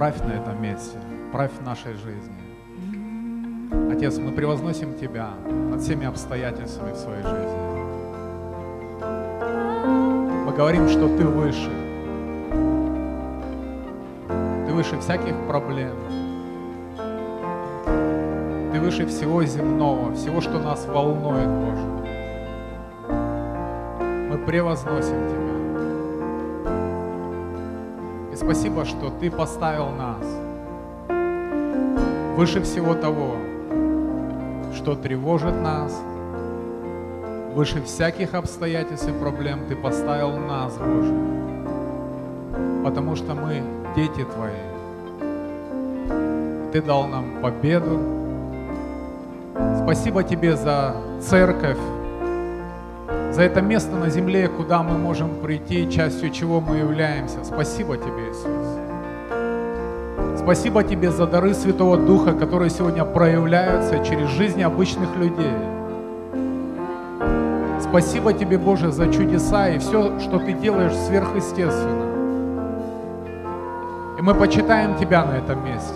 правь на этом месте, правь в нашей жизни. Отец, мы превозносим Тебя над всеми обстоятельствами в своей жизни. Мы говорим, что Ты выше. Ты выше всяких проблем. Ты выше всего земного, всего, что нас волнует, Боже. Мы превозносим Тебя. И спасибо, что Ты поставил нас выше всего того, что тревожит нас, выше всяких обстоятельств и проблем. Ты поставил нас, Боже, потому что мы дети Твои. Ты дал нам победу. Спасибо Тебе за церковь, за это место на земле, куда мы можем прийти, частью чего мы являемся. Спасибо Тебе, Иисус. Спасибо Тебе за дары Святого Духа, которые сегодня проявляются через жизни обычных людей. Спасибо Тебе, Боже, за чудеса и все, что Ты делаешь сверхъестественно. И мы почитаем Тебя на этом месте.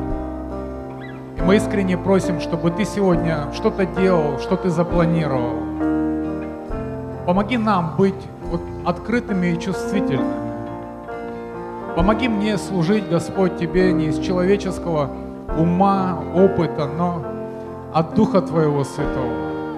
И мы искренне просим, чтобы Ты сегодня что-то делал, что Ты запланировал. Помоги нам быть открытыми и чувствительными. Помоги мне служить, Господь, Тебе не из человеческого ума, опыта, но от Духа Твоего Святого.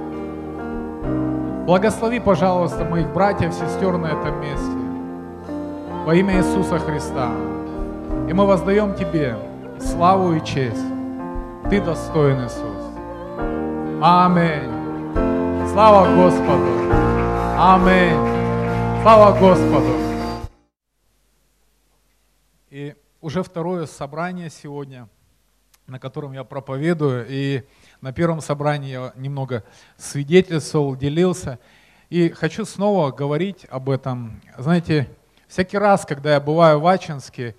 Благослови, пожалуйста, моих братьев, сестер на этом месте. Во имя Иисуса Христа. И мы воздаем Тебе славу и честь. Ты достоин, Иисус. Аминь. Слава Господу. Аминь. Слава Господу. И уже второе собрание сегодня, на котором я проповедую. И на первом собрании я немного свидетельствовал, делился. И хочу снова говорить об этом. Знаете, всякий раз, когда я бываю в Ачинске,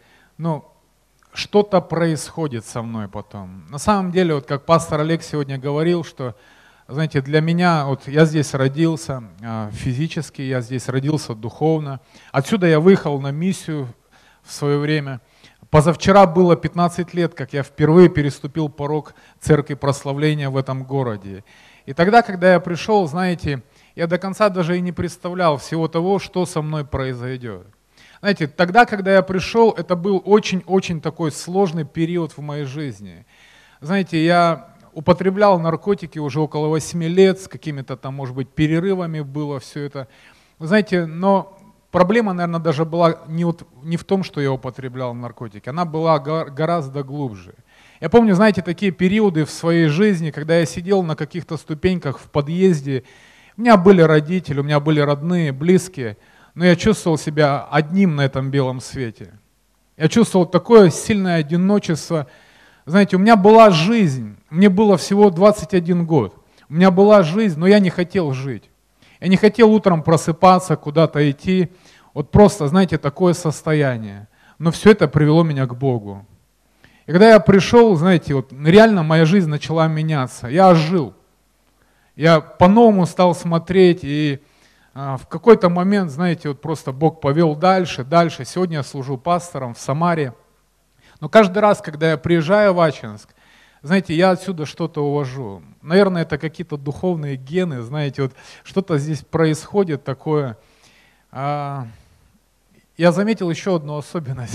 что-то происходит со мной потом. На самом деле, вот как пастор Олег сегодня говорил, что, знаете, для меня, вот я здесь родился физически, я здесь родился духовно. Отсюда я выехал на миссию в свое время. Позавчера было 15 лет, как я впервые переступил порог церкви прославления в этом городе. И тогда, когда я пришел, знаете, я до конца даже и не представлял всего того, что со мной произойдет. Знаете, тогда, когда я пришел, это был очень-очень такой сложный период в моей жизни. Знаете, я употреблял наркотики уже около 8 лет, с какими-то там, может быть, перерывами было все это. Знаете, но проблема, наверное, даже была не в том, что я употреблял наркотики, она была гораздо глубже. Я помню, знаете, такие периоды в своей жизни, когда я сидел на каких-то ступеньках в подъезде, у меня были родители, у меня были родные, близкие, но я чувствовал себя одним на этом белом свете. Я чувствовал такое сильное одиночество. Знаете, у меня была жизнь, мне было всего 21 год. У меня была жизнь, но я не хотел жить. Я не хотел утром просыпаться, куда-то идти. Вот просто, знаете, такое состояние. Но все это привело меня к Богу. И когда я пришел, знаете, вот реально моя жизнь начала меняться. Я ожил. Я по-новому стал смотреть, и в какой-то момент, знаете, вот просто Бог повел дальше. Сегодня я служу пастором в Самаре. Но каждый раз, когда я приезжаю в Ачинск, знаете, я отсюда что-то увожу. Наверное, это какие-то духовные гены, знаете, вот что-то здесь происходит такое. Я заметил еще одну особенность.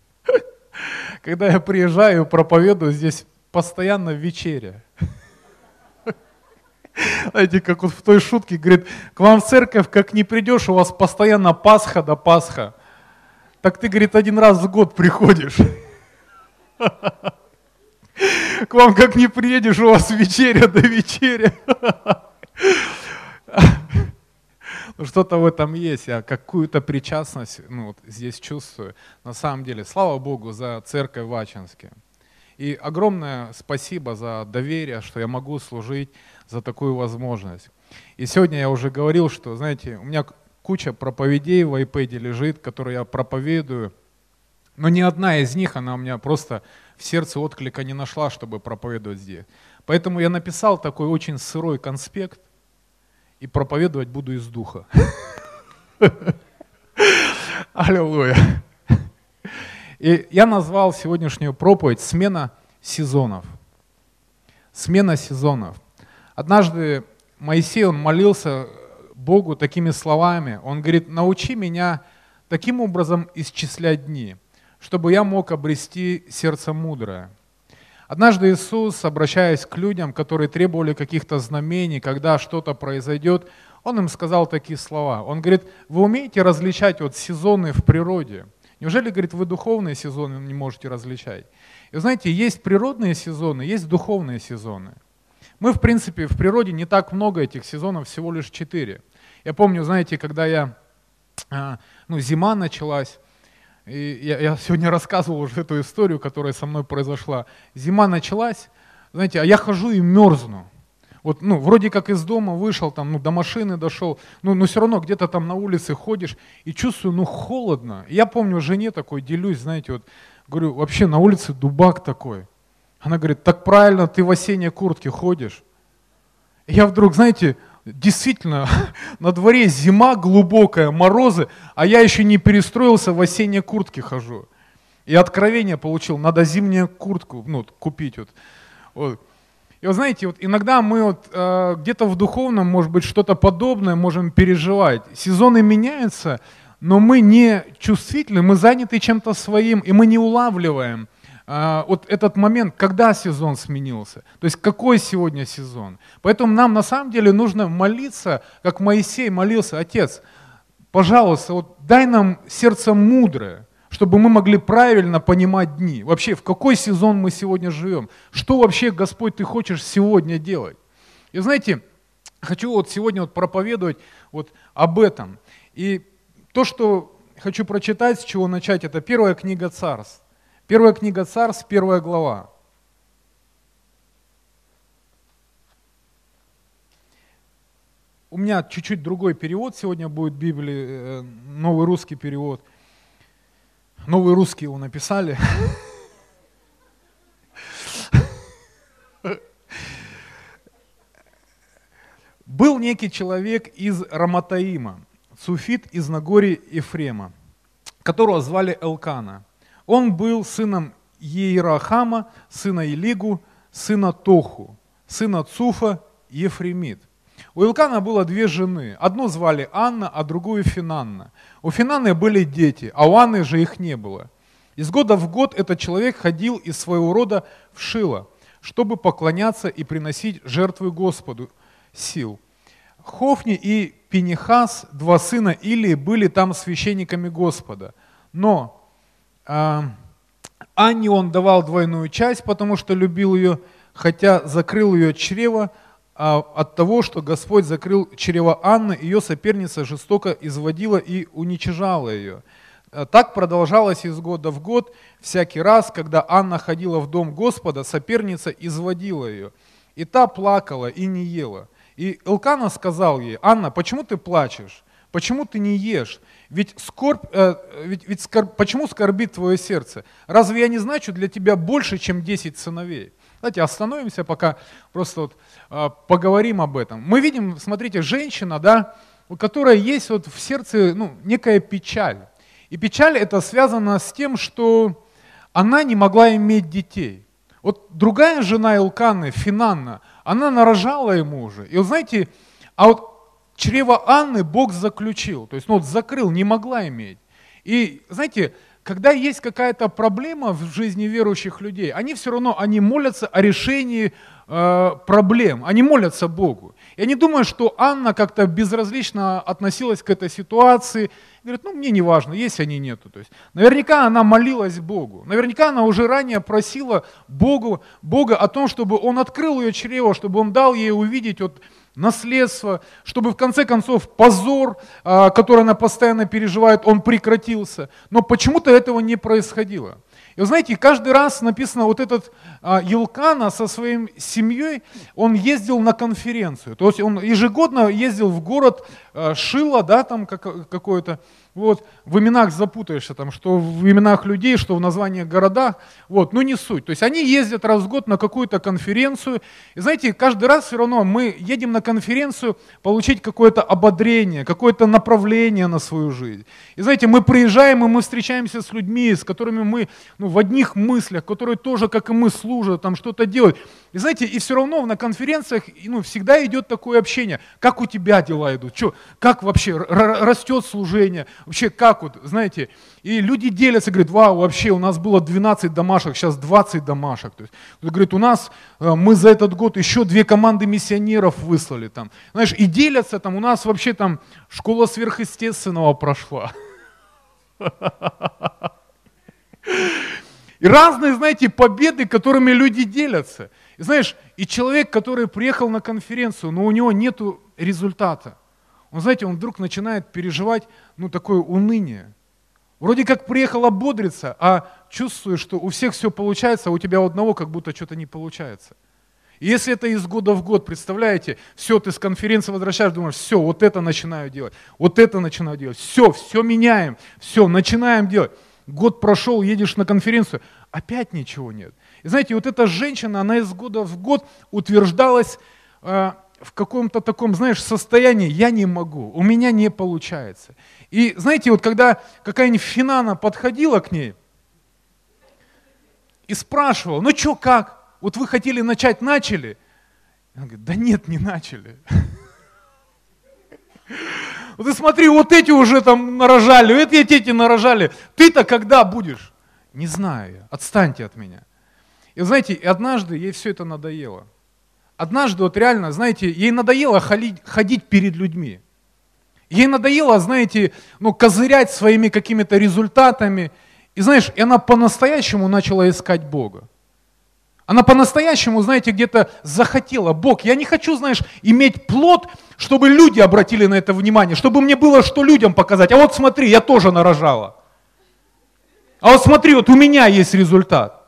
Когда я приезжаю и проповедую, здесь постоянно вечеря. Знаете, как вот в той шутке, говорит, к вам в церковь как не придешь, у вас постоянно Пасха да Пасха. Так ты, говорит, один раз в год приходишь. К вам как не приедешь, у вас вечеря да вечеря. Что-то в этом есть, я какую-то причастность здесь чувствую. На самом деле, слава Богу за церковь в Ачинске. И огромное спасибо за доверие, что я могу служить, за такую возможность. И сегодня я уже говорил, что, знаете, у меня куча проповедей в iPad лежит, которые я проповедую, но ни одна из них, она у меня просто в сердце отклика не нашла, чтобы проповедовать здесь. Поэтому я написал такой очень сырой конспект, и проповедовать буду из духа. Аллилуйя. И я назвал сегодняшнюю проповедь «Смена сезонов». Смена сезонов. Однажды Моисей, он молился Богу такими словами. Он говорит: научи меня таким образом исчислять дни, чтобы я мог обрести сердце мудрое. Однажды Иисус, обращаясь к людям, которые требовали каких-то знамений, когда что-то произойдет, Он им сказал такие слова. Он говорит: вы умеете различать вот сезоны в природе? Неужели, говорит, вы духовные сезоны не можете различать? И вы знаете, есть природные сезоны, есть духовные сезоны. Мы, в принципе, в природе не так много этих сезонов, всего лишь 4. Я помню, знаете, когда зима началась, и я сегодня рассказывал уже эту историю, которая со мной произошла. Зима началась, знаете, а я хожу и мерзну. Вот, вроде как из дома вышел, до машины дошел, но все равно где-то там на улице ходишь и чувствую, холодно. И я помню, жене такой делюсь, знаете, вот, говорю, вообще на улице дубак такой. Она говорит: так правильно, ты в осенней куртке ходишь. И я вдруг, знаете, действительно, на дворе зима глубокая, морозы, а я еще не перестроился, в осенней куртке хожу. И откровение получил, надо зимнюю куртку купить. Вот. И вы знаете, вот иногда мы где-то в духовном, может быть, что-то подобное можем переживать. Сезоны меняются, но мы не чувствительны, мы заняты чем-то своим, и мы не улавливаем вот этот момент, когда сезон сменился, то есть какой сегодня сезон. Поэтому нам на самом деле нужно молиться, как Моисей молился: Отец, пожалуйста, вот дай нам сердце мудрое, чтобы мы могли правильно понимать дни. Вообще, в какой сезон мы сегодня живем? Что вообще, Господь, Ты хочешь сегодня делать? И знаете, хочу сегодня проповедовать об этом. И то, что хочу прочитать, с чего начать, это первая книга Царств. Первая книга Царств, 1 глава. У меня чуть-чуть другой перевод сегодня будет Библии, новый русский перевод. Новый русский его написали. Был некий человек из Раматаима, Цуфит из Нагорья Ефрема, которого звали Элкана. Он был сыном Иерахама, сына Илигу, сына Тоху, сына Цуфа, Ефремит. У Илкана было 2 жены. Одну звали Анна, а другую Финанна. У Финанны были дети, а у Анны же их не было. Из года в год этот человек ходил из своего рода в Шило, чтобы поклоняться и приносить жертвы Господу сил. Хофни и Пинихас, 2 сына Илии, были там священниками Господа. Но Анне он давал 2 часть, потому что любил ее, хотя закрыл ее чрево, от того, что Господь закрыл чрево Анны, ее соперница жестоко изводила и уничижала ее. Так продолжалось из года в год. Всякий раз, когда Анна ходила в дом Господа, соперница изводила ее. И та плакала и не ела. И Элкана сказал ей: Анна, почему ты плачешь? Почему ты не ешь? Ведь почему скорбит твое сердце? Разве я не значу для тебя больше, чем 10 сыновей? Давайте остановимся, пока просто поговорим об этом. Мы видим, смотрите, женщина, у которой есть в сердце некая печаль. И печаль это связано с тем, что она не могла иметь детей. Другая жена Элканы, Финанна, она нарожала ему уже. И знаете, чрево Анны Бог заключил, то есть закрыл, не могла иметь. И знаете, когда есть какая-то проблема в жизни верующих людей, они все равно молятся о решении проблем, они молятся Богу. Я не думаю, что Анна как-то безразлично относилась к этой ситуации, говорит: мне не важно, есть они, нету. То есть, наверняка она молилась Богу, наверняка она уже ранее просила Бога о том, чтобы Он открыл ее чрево, чтобы Он дал ей увидеть наследство, чтобы в конце концов позор, который она постоянно переживает, он прекратился. Но почему-то этого не происходило. И вы знаете, каждый раз написано, этот Елкана со своей семьей, он ездил на конференцию. То есть он ежегодно ездил в город Шило, там какой-то, вот, в именах запутаешься, там, что в именах людей, что в названиях города, вот, но не суть. То есть они ездят раз в год на какую-то конференцию, и знаете, каждый раз все равно мы едем на конференцию получить какое-то ободрение, какое-то направление на свою жизнь. И знаете, мы приезжаем, и мы встречаемся с людьми, с которыми мы в одних мыслях, которые тоже, как и мы, служат, там что-то делают. И знаете, и все равно на конференциях всегда идет такое общение. Как у тебя дела идут? Как вообще растет служение? Вообще как вот, знаете? И люди делятся, говорят, вау, вообще у нас было 12 домашек, сейчас 20 домашек. То есть, говорит, мы за этот год еще 2 команды миссионеров выслали. Там. Знаешь, и делятся, там, у нас вообще там школа сверхъестественного прошла. И разные, знаете, победы, которыми люди делятся. И знаешь, и человек, который приехал на конференцию, но у него нет результата. Он, знаете, он вдруг начинает переживать, такое уныние. Вроде как приехал ободриться, а чувствуешь, что у всех все получается, а у тебя одного как будто что-то не получается. И если это из года в год, представляете, все, ты с конференции возвращаешь, думаешь, все, вот это начинаю делать, все меняем, все, начинаем делать. Год прошел, едешь на конференцию, опять ничего нет. И знаете, вот эта женщина, она из года в год утверждалась в каком-то таком, знаешь, состоянии, я не могу, у меня не получается. И знаете, вот когда какая-нибудь Финана подходила к ней и спрашивала, ну что, как? Вот вы хотели начать, начали? Она говорит, да нет, не начали. Вот ты смотри, вот эти уже там нарожали, эти нарожали. Ты-то когда будешь? Не знаю я, отстаньте от меня. И знаете, и однажды ей все это надоело. Однажды вот реально, знаете, ей надоело ходить перед людьми. Ей надоело, знаете, козырять своими какими-то результатами. И знаешь, и она по-настоящему начала искать Бога. Она по-настоящему, знаете, где-то захотела, Бог, я не хочу, знаешь, иметь плод, чтобы люди обратили на это внимание, чтобы мне было что людям показать. А вот смотри, я тоже нарожала. А вот смотри, вот у меня есть результат.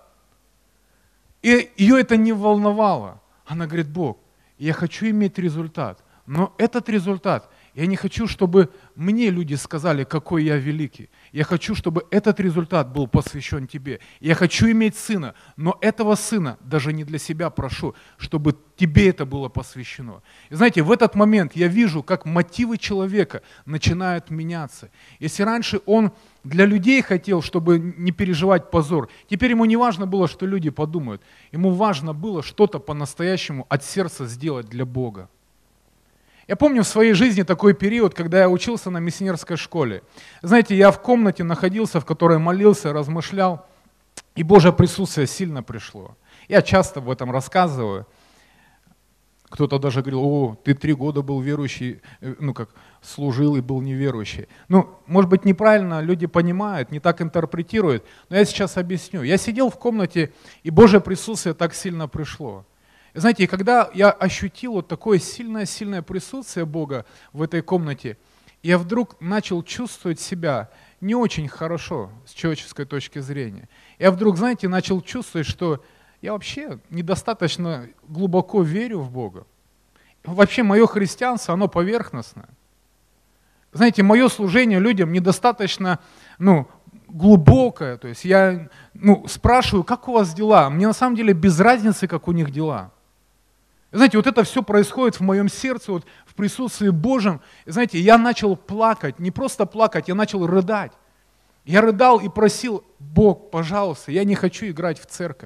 И ее это не волновало. Она говорит, Бог, я хочу иметь результат, но этот результат, я не хочу, чтобы мне люди сказали, какой я великий. Я хочу, чтобы этот результат был посвящен тебе. Я хочу иметь сына, но этого сына даже не для себя прошу, чтобы тебе это было посвящено. И знаете, в этот момент я вижу, как мотивы человека начинают меняться. Если раньше он для людей хотел, чтобы не переживать позор, теперь ему не важно было, что люди подумают. Ему важно было что-то по-настоящему от сердца сделать для Бога. Я помню в своей жизни такой период, когда я учился на миссионерской школе. Знаете, я в комнате находился, в которой молился, размышлял, и Божье присутствие сильно пришло. Я часто об этом рассказываю. Кто-то даже говорил, ты 3 года был верующий, служил и был неверующий. Может быть, неправильно люди понимают, не так интерпретируют, но я сейчас объясню. Я сидел в комнате, и Божье присутствие так сильно пришло. И знаете, когда я ощутил вот такое сильное присутствие Бога в этой комнате, я вдруг начал чувствовать себя не очень хорошо с человеческой точки зрения. Я вдруг, знаете, начал чувствовать, что я вообще недостаточно глубоко верю в Бога. Вообще мое христианство, оно поверхностное. Знаете, мое служение людям недостаточно, глубокое. То есть я спрашиваю, как у вас дела? Мне на самом деле без разницы, как у них дела. Знаете, вот это все происходит в моем сердце, вот в присутствии Божьем. И знаете, я начал плакать, не просто плакать, я начал рыдать. Я рыдал и просил, Бог, пожалуйста, я не хочу играть в церковь.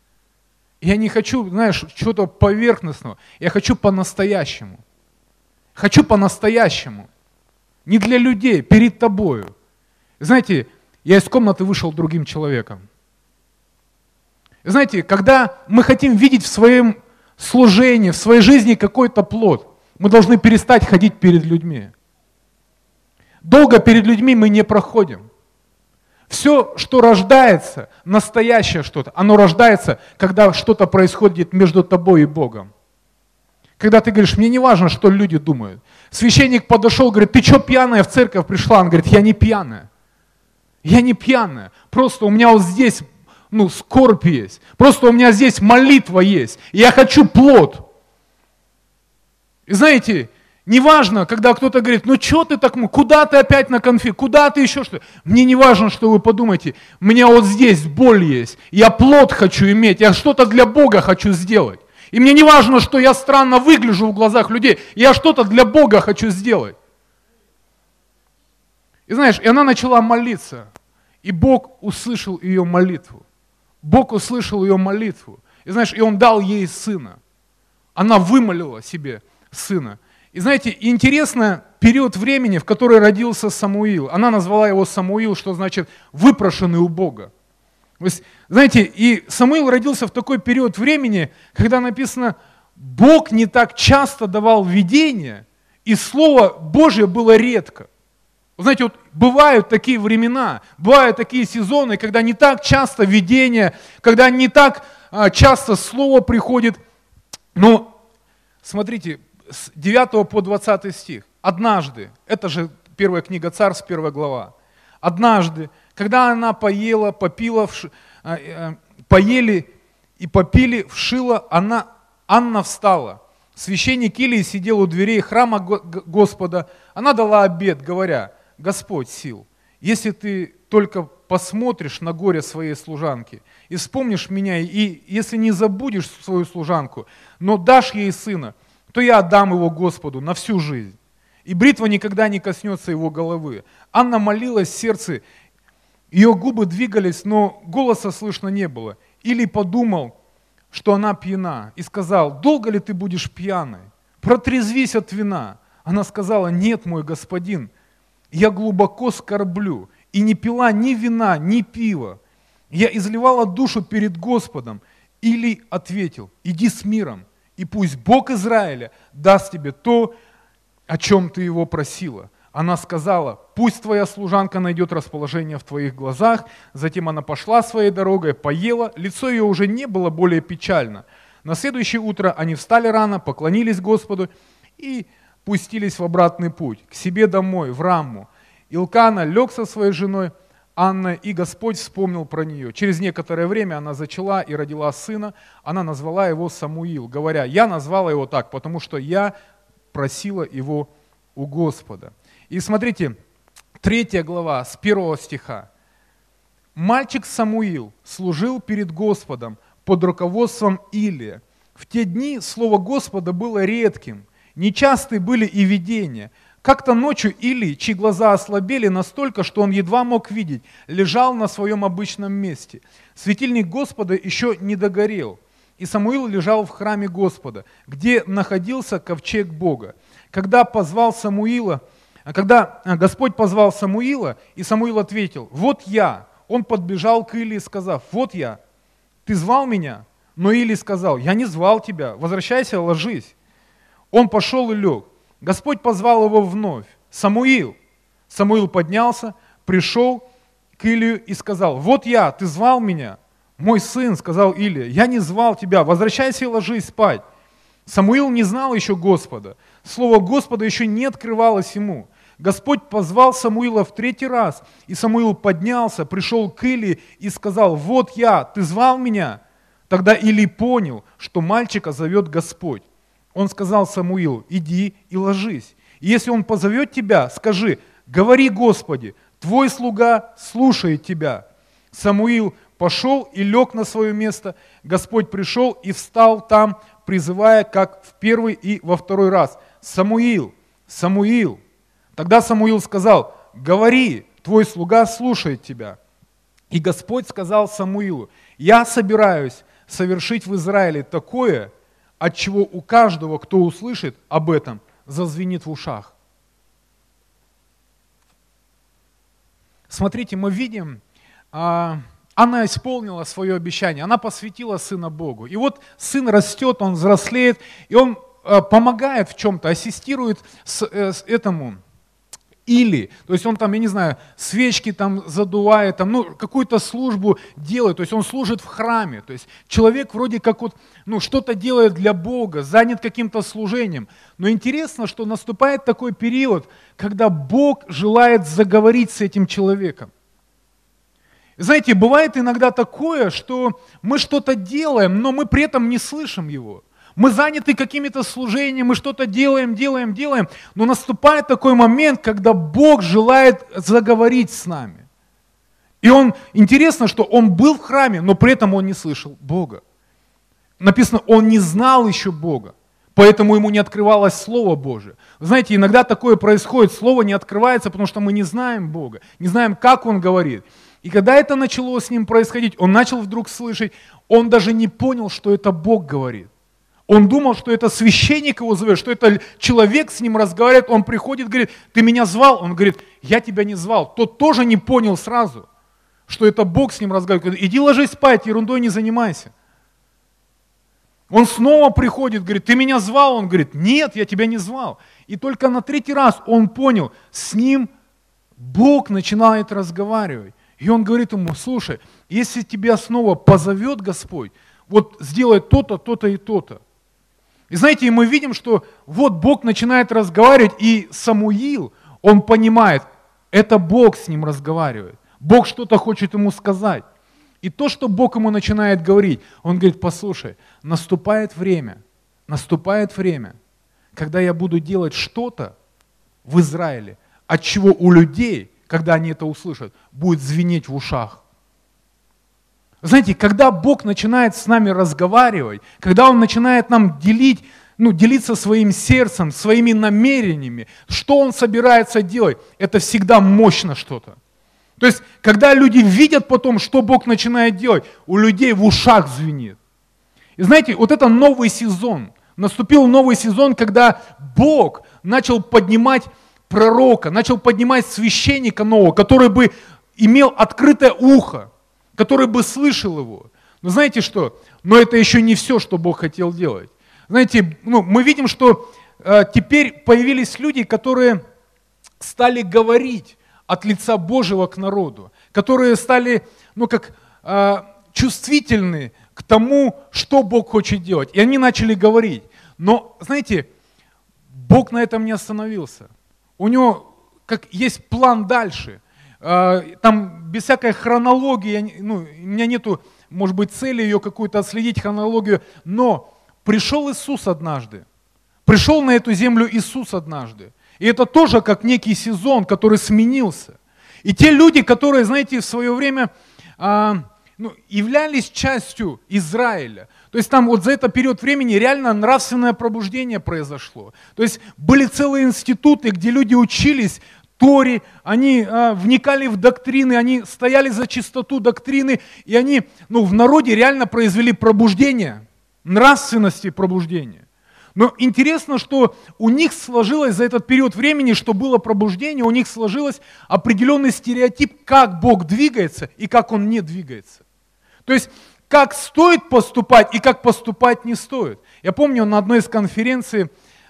Я не хочу, знаешь, чего-то поверхностного. Я хочу по-настоящему. Хочу по-настоящему. Не для людей, перед тобою. Знаете, я из комнаты вышел другим человеком. Знаете, когда мы хотим видеть в своем служении, в своей жизни какой-то плод, мы должны перестать ходить перед людьми. Долго перед людьми мы не проходим. Все, что рождается, настоящее что-то, оно рождается, когда что-то происходит между тобой и Богом. Когда ты говоришь, мне не важно, что люди думают. Священник подошел, говорит, ты что пьяная в церковь пришла? Он говорит, я не пьяная. Я не пьяная. Просто у меня вот здесь, скорбь есть. Просто у меня здесь молитва есть. И я хочу плод. И знаете, Неважно, когда кто-то говорит, ну что ты так, куда ты опять на конфликт, куда ты еще что-то. Мне не важно, что вы подумаете, у меня вот здесь боль есть, я плод хочу иметь, я что-то для Бога хочу сделать. И мне не важно, что я странно выгляжу в глазах людей, я что-то для Бога хочу сделать. И знаешь, и она начала молиться, и Бог услышал ее молитву. Бог услышал ее молитву. И знаешь, и Он дал ей сына. Она вымолила себе сына. И знаете, интересно период времени, в который родился Самуил. Она назвала его Самуил, что значит выпрошенный у Бога. То есть, знаете, и Самуил родился в такой период времени, когда написано, Бог не так часто давал видения, и Слово Божье было редко. Вы знаете, вот бывают такие времена, бывают такие сезоны, когда не так часто видение, когда не так часто Слово приходит. Но смотрите, с 9 по 20 стих. Однажды, это же первая книга Царств, 1 глава. Однажды, когда она поела, попила, поели и попили в Шило, Анна встала. Священник Илии сидел у дверей храма Господа. Она дала обет, говоря, Господь сил, если ты только посмотришь на горе своей служанки и вспомнишь меня, и если не забудешь свою служанку, но дашь ей сына, то я отдам его Господу на всю жизнь. И бритва никогда не коснется его головы. Анна молилась в сердце, ее губы двигались, но голоса слышно не было. Или подумал, что она пьяна, и сказал, долго ли ты будешь пьяной? Протрезвись от вина. Она сказала, нет, мой господин, я глубоко скорблю, и не пила ни вина, ни пива. Я изливала душу перед Господом. Или ответил, иди с миром, и пусть Бог Израиля даст тебе то, о чем ты его просила. Она сказала, пусть твоя служанка найдет расположение в твоих глазах. Затем она пошла своей дорогой, поела, лицо ее уже не было более печально. На следующее утро они встали рано, поклонились Господу и пустились в обратный путь, к себе домой, в Рамму. Илкана лег со своей женой Анной, и Господь вспомнил про нее. Через некоторое время она зачала и родила сына. Она назвала его Самуил, говоря, я назвала его так, потому что я просила его у Господа. И смотрите, 3 глава, с 1 стиха. «Мальчик Самуил служил перед Господом под руководством Илия. В те дни слово Господа было редким, нечасты были и видения. Как-то ночью Илий, чьи глаза ослабели настолько, что он едва мог видеть, лежал на своем обычном месте. Светильник Господа еще не догорел, и Самуил лежал в храме Господа, где находился ковчег Бога. Когда Господь позвал Самуила, и Самуил ответил, вот я. Он подбежал к Илии, сказав, вот я. Ты звал меня? Но Илий сказал, я не звал тебя, возвращайся, ложись. Он пошел и лег. Господь позвал его вновь. Самуил. Самуил поднялся, пришел к Илию и сказал, вот я, ты звал меня? Мой сын, сказал Илия, я не звал тебя, возвращайся и ложись спать. Самуил не знал еще Господа. Слово Господа еще не открывалось ему. Господь позвал Самуила в 3 раз, и Самуил поднялся, пришел к Илии и сказал, вот я, ты звал меня? Тогда Илий понял, что мальчика зовет Господь. Он сказал Самуилу, иди и ложись. И если он позовет тебя, скажи, говори Господи, твой слуга слушает тебя. Самуил пошел и лег на свое место. Господь пришел и встал там, призывая, как в 1 и во 2 раз. Самуил, Самуил. Тогда Самуил сказал, говори, твой слуга слушает тебя. И Господь сказал Самуилу, я собираюсь совершить в Израиле такое, от чего у каждого, кто услышит об этом, зазвенит в ушах. Смотрите, мы видим, она исполнила свое обещание, она посвятила сына Богу. И вот сын растет, он взрослеет, и он помогает в чем-то, ассистирует этому Или, то есть он там, я не знаю, свечки там задувает, там, ну, какую-то службу делает, то есть он служит в храме, то есть человек вроде как вот, ну, что-то делает для Бога, занят каким-то служением. Но интересно, что наступает такой период, когда Бог желает заговорить с этим человеком. Знаете, бывает иногда такое, что мы что-то делаем, но мы при этом не слышим его. Мы заняты какими-то служениями, мы что-то делаем, но наступает такой момент, когда Бог желает заговорить с нами. И интересно, что он был в храме, но при этом он не слышал Бога. Написано, он не знал еще Бога, поэтому ему не открывалось Слово Божие. Вы знаете, иногда такое происходит, Слово не открывается, потому что мы не знаем Бога, не знаем, как Он говорит. И когда это начало с ним происходить, он начал вдруг слышать, он даже не понял, что это Бог говорит. Он думал, что это священник его зовет, что это человек с ним разговаривает, он приходит, говорит, ты меня звал? Он говорит, я тебя не звал. Тот тоже не понял сразу, что это Бог с ним разговаривает. Говорит, иди ложись спать, ерундой не занимайся. Он снова приходит, говорит, ты меня звал? Он говорит, нет, я тебя не звал. И только на третий раз он понял, с ним Бог начинает разговаривать. И он говорит ему, слушай, если тебя снова позовет Господь, вот сделай то-то, то-то и то-то. И знаете, мы видим, что вот Бог начинает разговаривать, и Самуил, он понимает, это Бог с ним разговаривает. Бог что-то хочет ему сказать. И то, что Бог ему начинает говорить, он говорит, послушай, наступает время, когда я буду делать что-то в Израиле, от чего у людей, когда они это услышат, будет звенеть в ушах. Знаете, когда Бог начинает с нами разговаривать, когда Он начинает нам делиться своим сердцем, своими намерениями, что Он собирается делать, это всегда мощно что-то. То есть, когда люди видят потом, что Бог начинает делать, у людей в ушах звенит. И знаете, вот это новый сезон. Наступил новый сезон, когда Бог начал поднимать пророка, начал поднимать священника нового, который бы имел открытое ухо, который бы слышал его. Но знаете что? Но это еще не все, что Бог хотел делать. Знаете, мы видим, что теперь появились люди, которые стали говорить от лица Божьего к народу, которые стали, чувствительны к тому, что Бог хочет делать. И они начали говорить. Но, знаете, Бог на этом не остановился. У него есть план дальше. Там без всякой хронологии, у меня нету, может быть, цели ее какую-то отследить, хронологию, но пришел Иисус однажды. Пришел на эту землю Иисус однажды. И это тоже как некий сезон, который сменился. И те люди, которые, знаете, в свое время являлись частью Израиля, то есть там вот за этот период времени реально нравственное пробуждение произошло. То есть были целые институты, где люди учились Торе, они вникали в доктрины, они стояли за чистоту доктрины, и они в народе реально произвели пробуждение, нравственности пробуждения. Но интересно, что у них сложилось за этот период времени, что было пробуждение, у них сложилось определенный стереотип, как Бог двигается и как Он не двигается. То есть, как стоит поступать и как поступать не стоит. Я помню, на одной из конференций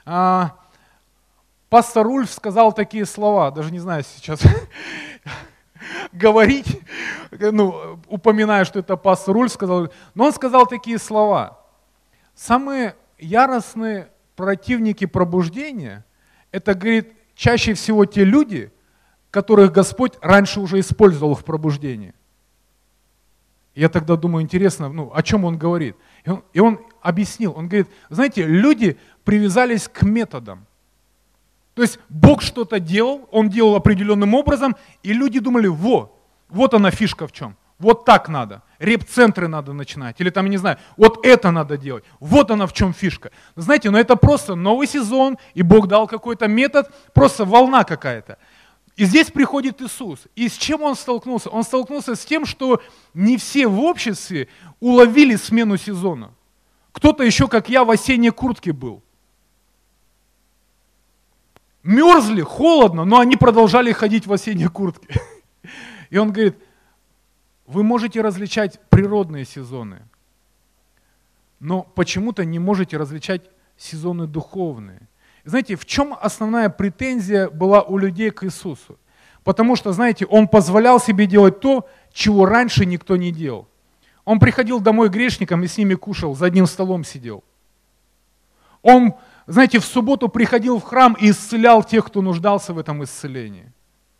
пастор Ульф сказал такие слова, даже не знаю сейчас говорить, упоминаю, что это пастор Ульф сказал, но он сказал такие слова. Самые яростные противники пробуждения, это, говорит, чаще всего те люди, которых Господь раньше уже использовал в пробуждении. Я тогда думаю, интересно, о чем он говорит. И он объяснил, он говорит, знаете, люди привязались к методам. То есть Бог что-то делал, Он делал определенным образом, и люди думали, вот она фишка в чем. Вот так надо. Реп-центры надо начинать. Или там, я не знаю, вот это надо делать. Вот она в чем фишка. Знаете, это просто новый сезон, и Бог дал какой-то метод, просто волна какая-то. И здесь приходит Иисус. И с чем Он столкнулся? Он столкнулся с тем, что не все в обществе уловили смену сезона. Кто-то еще, как я, в осенней куртке был. Мерзли, холодно, но они продолжали ходить в осенней куртке. И Он говорит, вы можете различать природные сезоны, но почему-то не можете различать сезоны духовные. Знаете, в чем основная претензия была у людей к Иисусу? Потому что, знаете, Он позволял себе делать то, чего раньше никто не делал. Он приходил домой грешникам и с ними кушал, за одним столом сидел. Он, знаете, в субботу приходил в храм и исцелял тех, кто нуждался в этом исцелении.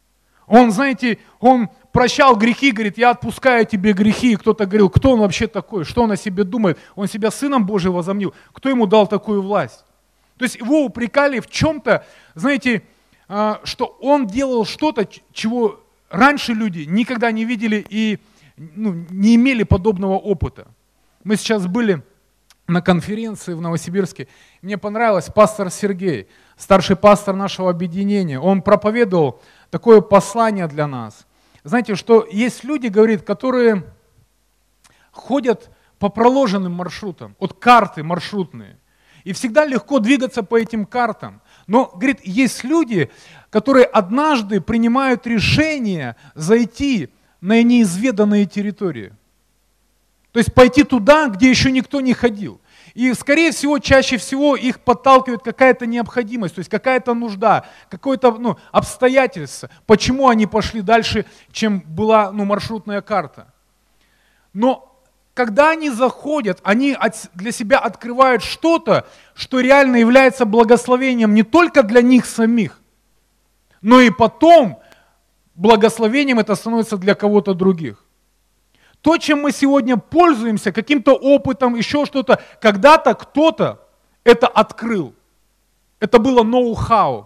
Он, знаете, он прощал грехи, говорит, я отпускаю тебе грехи. И кто-то говорил, кто он вообще такой, что он о себе думает? Он себя Сыном Божьим возомнил. Кто ему дал такую власть? То есть его упрекали в чем-то, знаете, что он делал что-то, чего раньше люди никогда не видели и не имели подобного опыта. Мы сейчас были на конференции в Новосибирске. Мне понравилось, пастор Сергей, старший пастор нашего объединения, он проповедовал такое послание для нас. Знаете, что есть люди, говорит, которые ходят по проложенным маршрутам, от карты маршрутные. И всегда легко двигаться по этим картам. Но, говорит, есть люди, которые однажды принимают решение зайти на неизведанные территории. То есть пойти туда, где еще никто не ходил. И, скорее всего, чаще всего их подталкивает какая-то необходимость, то есть какая-то нужда, какое-то обстоятельство, почему они пошли дальше, чем была маршрутная карта. Но когда они заходят, они для себя открывают что-то, что реально является благословением не только для них самих, но и потом благословением это становится для кого-то других. То, чем мы сегодня пользуемся, каким-то опытом, еще что-то, когда-то кто-то это открыл. Это было ноу-хау.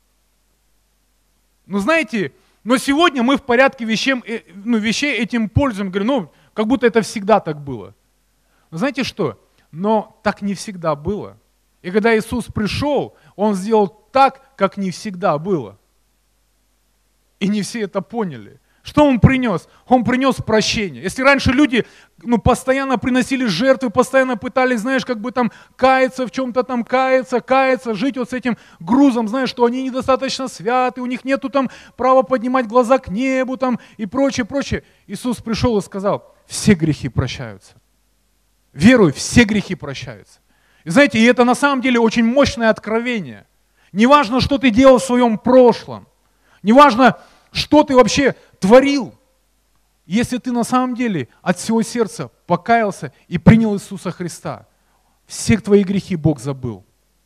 Но знаете, сегодня мы в порядке вещей этим пользуем. Говорю, как будто это всегда так было. Но знаете что? Но так не всегда было. И когда Иисус пришел, Он сделал так, как не всегда было. И не все это поняли. Что Он принес? Он принес прощение. Если раньше люди постоянно приносили жертвы, постоянно пытались, каяться в чем-то каяться, жить с этим грузом, что они недостаточно святы, у них нету права поднимать глаза к небу и прочее. Иисус пришел и сказал, все грехи прощаются. Веруй, все грехи прощаются. И знаете, и это на самом деле очень мощное откровение. Неважно, что ты делал в своем прошлом, неважно, что ты вообще творил, если ты на самом деле от всего сердца покаялся и принял Иисуса Христа, все твои грехи Бог забыл.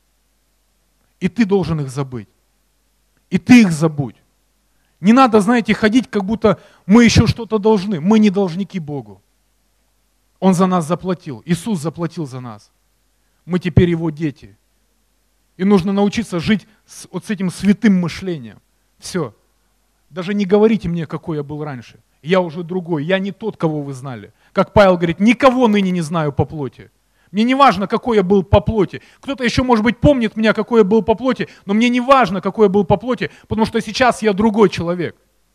И ты должен их забыть. И ты их забудь. Не надо, ходить, как будто мы еще что-то должны. Мы не должники Богу. Он за нас заплатил. Иисус заплатил за нас. Мы теперь Его дети. И нужно научиться жить с этим святым мышлением. Все. Даже не говорите мне, какой я был раньше. Я уже другой, я не тот, кого вы знали. Как Павел говорит, никого ныне не знаю по плоти. Мне не важно, какой я был по плоти. Кто-то еще, может быть, помнит меня, какой я был по плоти, но мне не важно, какой я был по плоти, потому что сейчас я другой человек.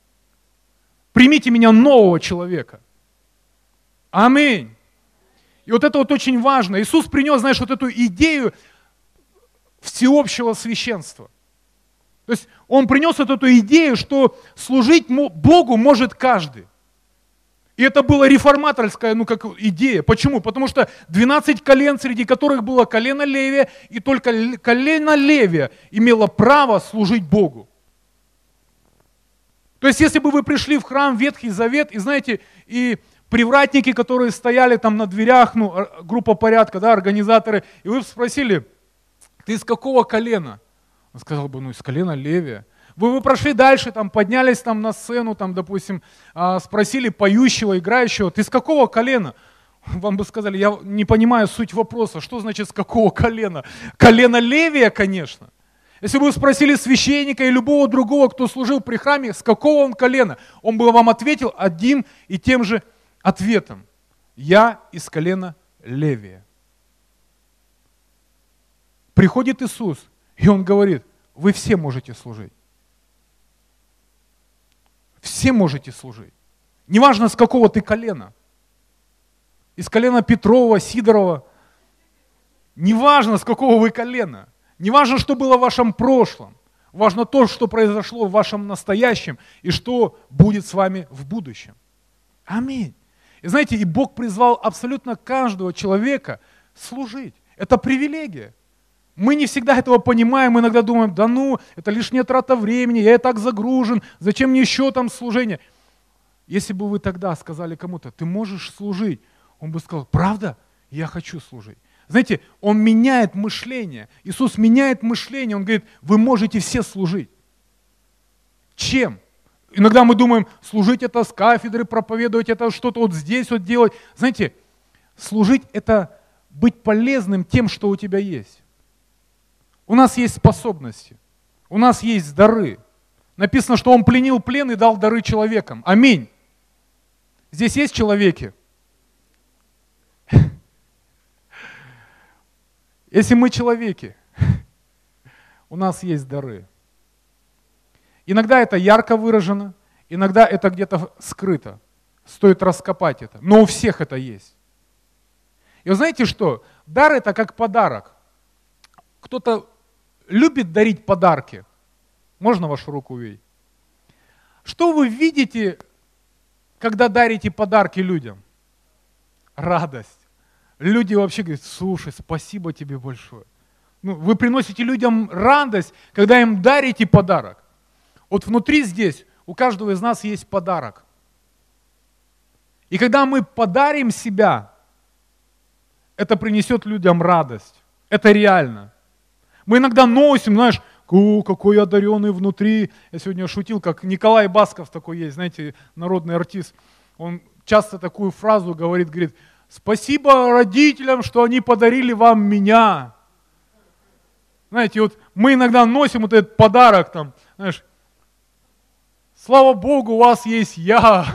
Примите меня нового человека. Аминь. И это очень важно. Иисус принес, эту идею всеобщего священства. То есть Он принес эту идею, что служить Богу может каждый. И это была реформаторская идея. Почему? Потому что 12 колен, среди которых было колено Левия, и только колено Левия имело право служить Богу. То есть если бы вы пришли в храм Ветхий Завет, и привратники, которые стояли на дверях, группа порядка, организаторы, и вы спросили, ты из какого колена? Он сказал бы, из колена Левия. Вы прошли дальше, поднялись на сцену, допустим, спросили поющего, играющего, ты с какого колена? Вам бы сказали, я не понимаю суть вопроса, что значит с какого колена? Колено Левия, конечно. Если бы вы спросили священника и любого другого, кто служил при храме, с какого он колена, он бы вам ответил одним и тем же ответом. Я из колена Левия. Приходит Иисус, и Он говорит, вы все можете служить. Все можете служить. Неважно, с какого ты колена. Из колена Петрова, Сидорова. Неважно, с какого вы колена. Неважно, что было в вашем прошлом. Важно то, что произошло в вашем настоящем и что будет с вами в будущем. Аминь. И и Бог призвал абсолютно каждого человека служить. Это привилегия. Мы не всегда этого понимаем, мы иногда думаем, это лишняя трата времени, я и так загружен, зачем мне еще служение? Если бы вы тогда сказали кому-то, ты можешь служить, он бы сказал, правда? Я хочу служить. Он меняет мышление, Иисус меняет мышление, Он говорит, вы можете все служить. Чем? иногда мы думаем, служить это с кафедры, проповедовать это что-то вот здесь вот делать. Знаете, служить это быть полезным тем, что у тебя есть. У нас есть способности, у нас есть дары. Написано, что Он пленил плен и дал дары человекам. Аминь. Здесь есть человеки? Если мы человеки, у нас есть дары. Иногда это ярко выражено, иногда это где-то скрыто. Стоит раскопать это. Но у всех это есть. И вы знаете что? Дар это как подарок. Кто-то любит дарить подарки. Можно вашу руку увидеть? Что вы видите, когда дарите подарки людям? Радость. Люди вообще говорят, слушай, спасибо тебе большое. Вы приносите людям радость, когда им дарите подарок. Вот внутри здесь у каждого из нас есть подарок. И когда мы подарим себя, это принесет людям радость. Это реально. Мы иногда носим, знаешь, какой одаренный внутри. Я сегодня шутил, как Николай Басков такой есть, знаете, народный артист. Он часто такую фразу говорит, спасибо родителям, что они подарили вам меня. Знаете, вот мы иногда носим вот этот подарок, там, знаешь, слава Богу, у вас есть я.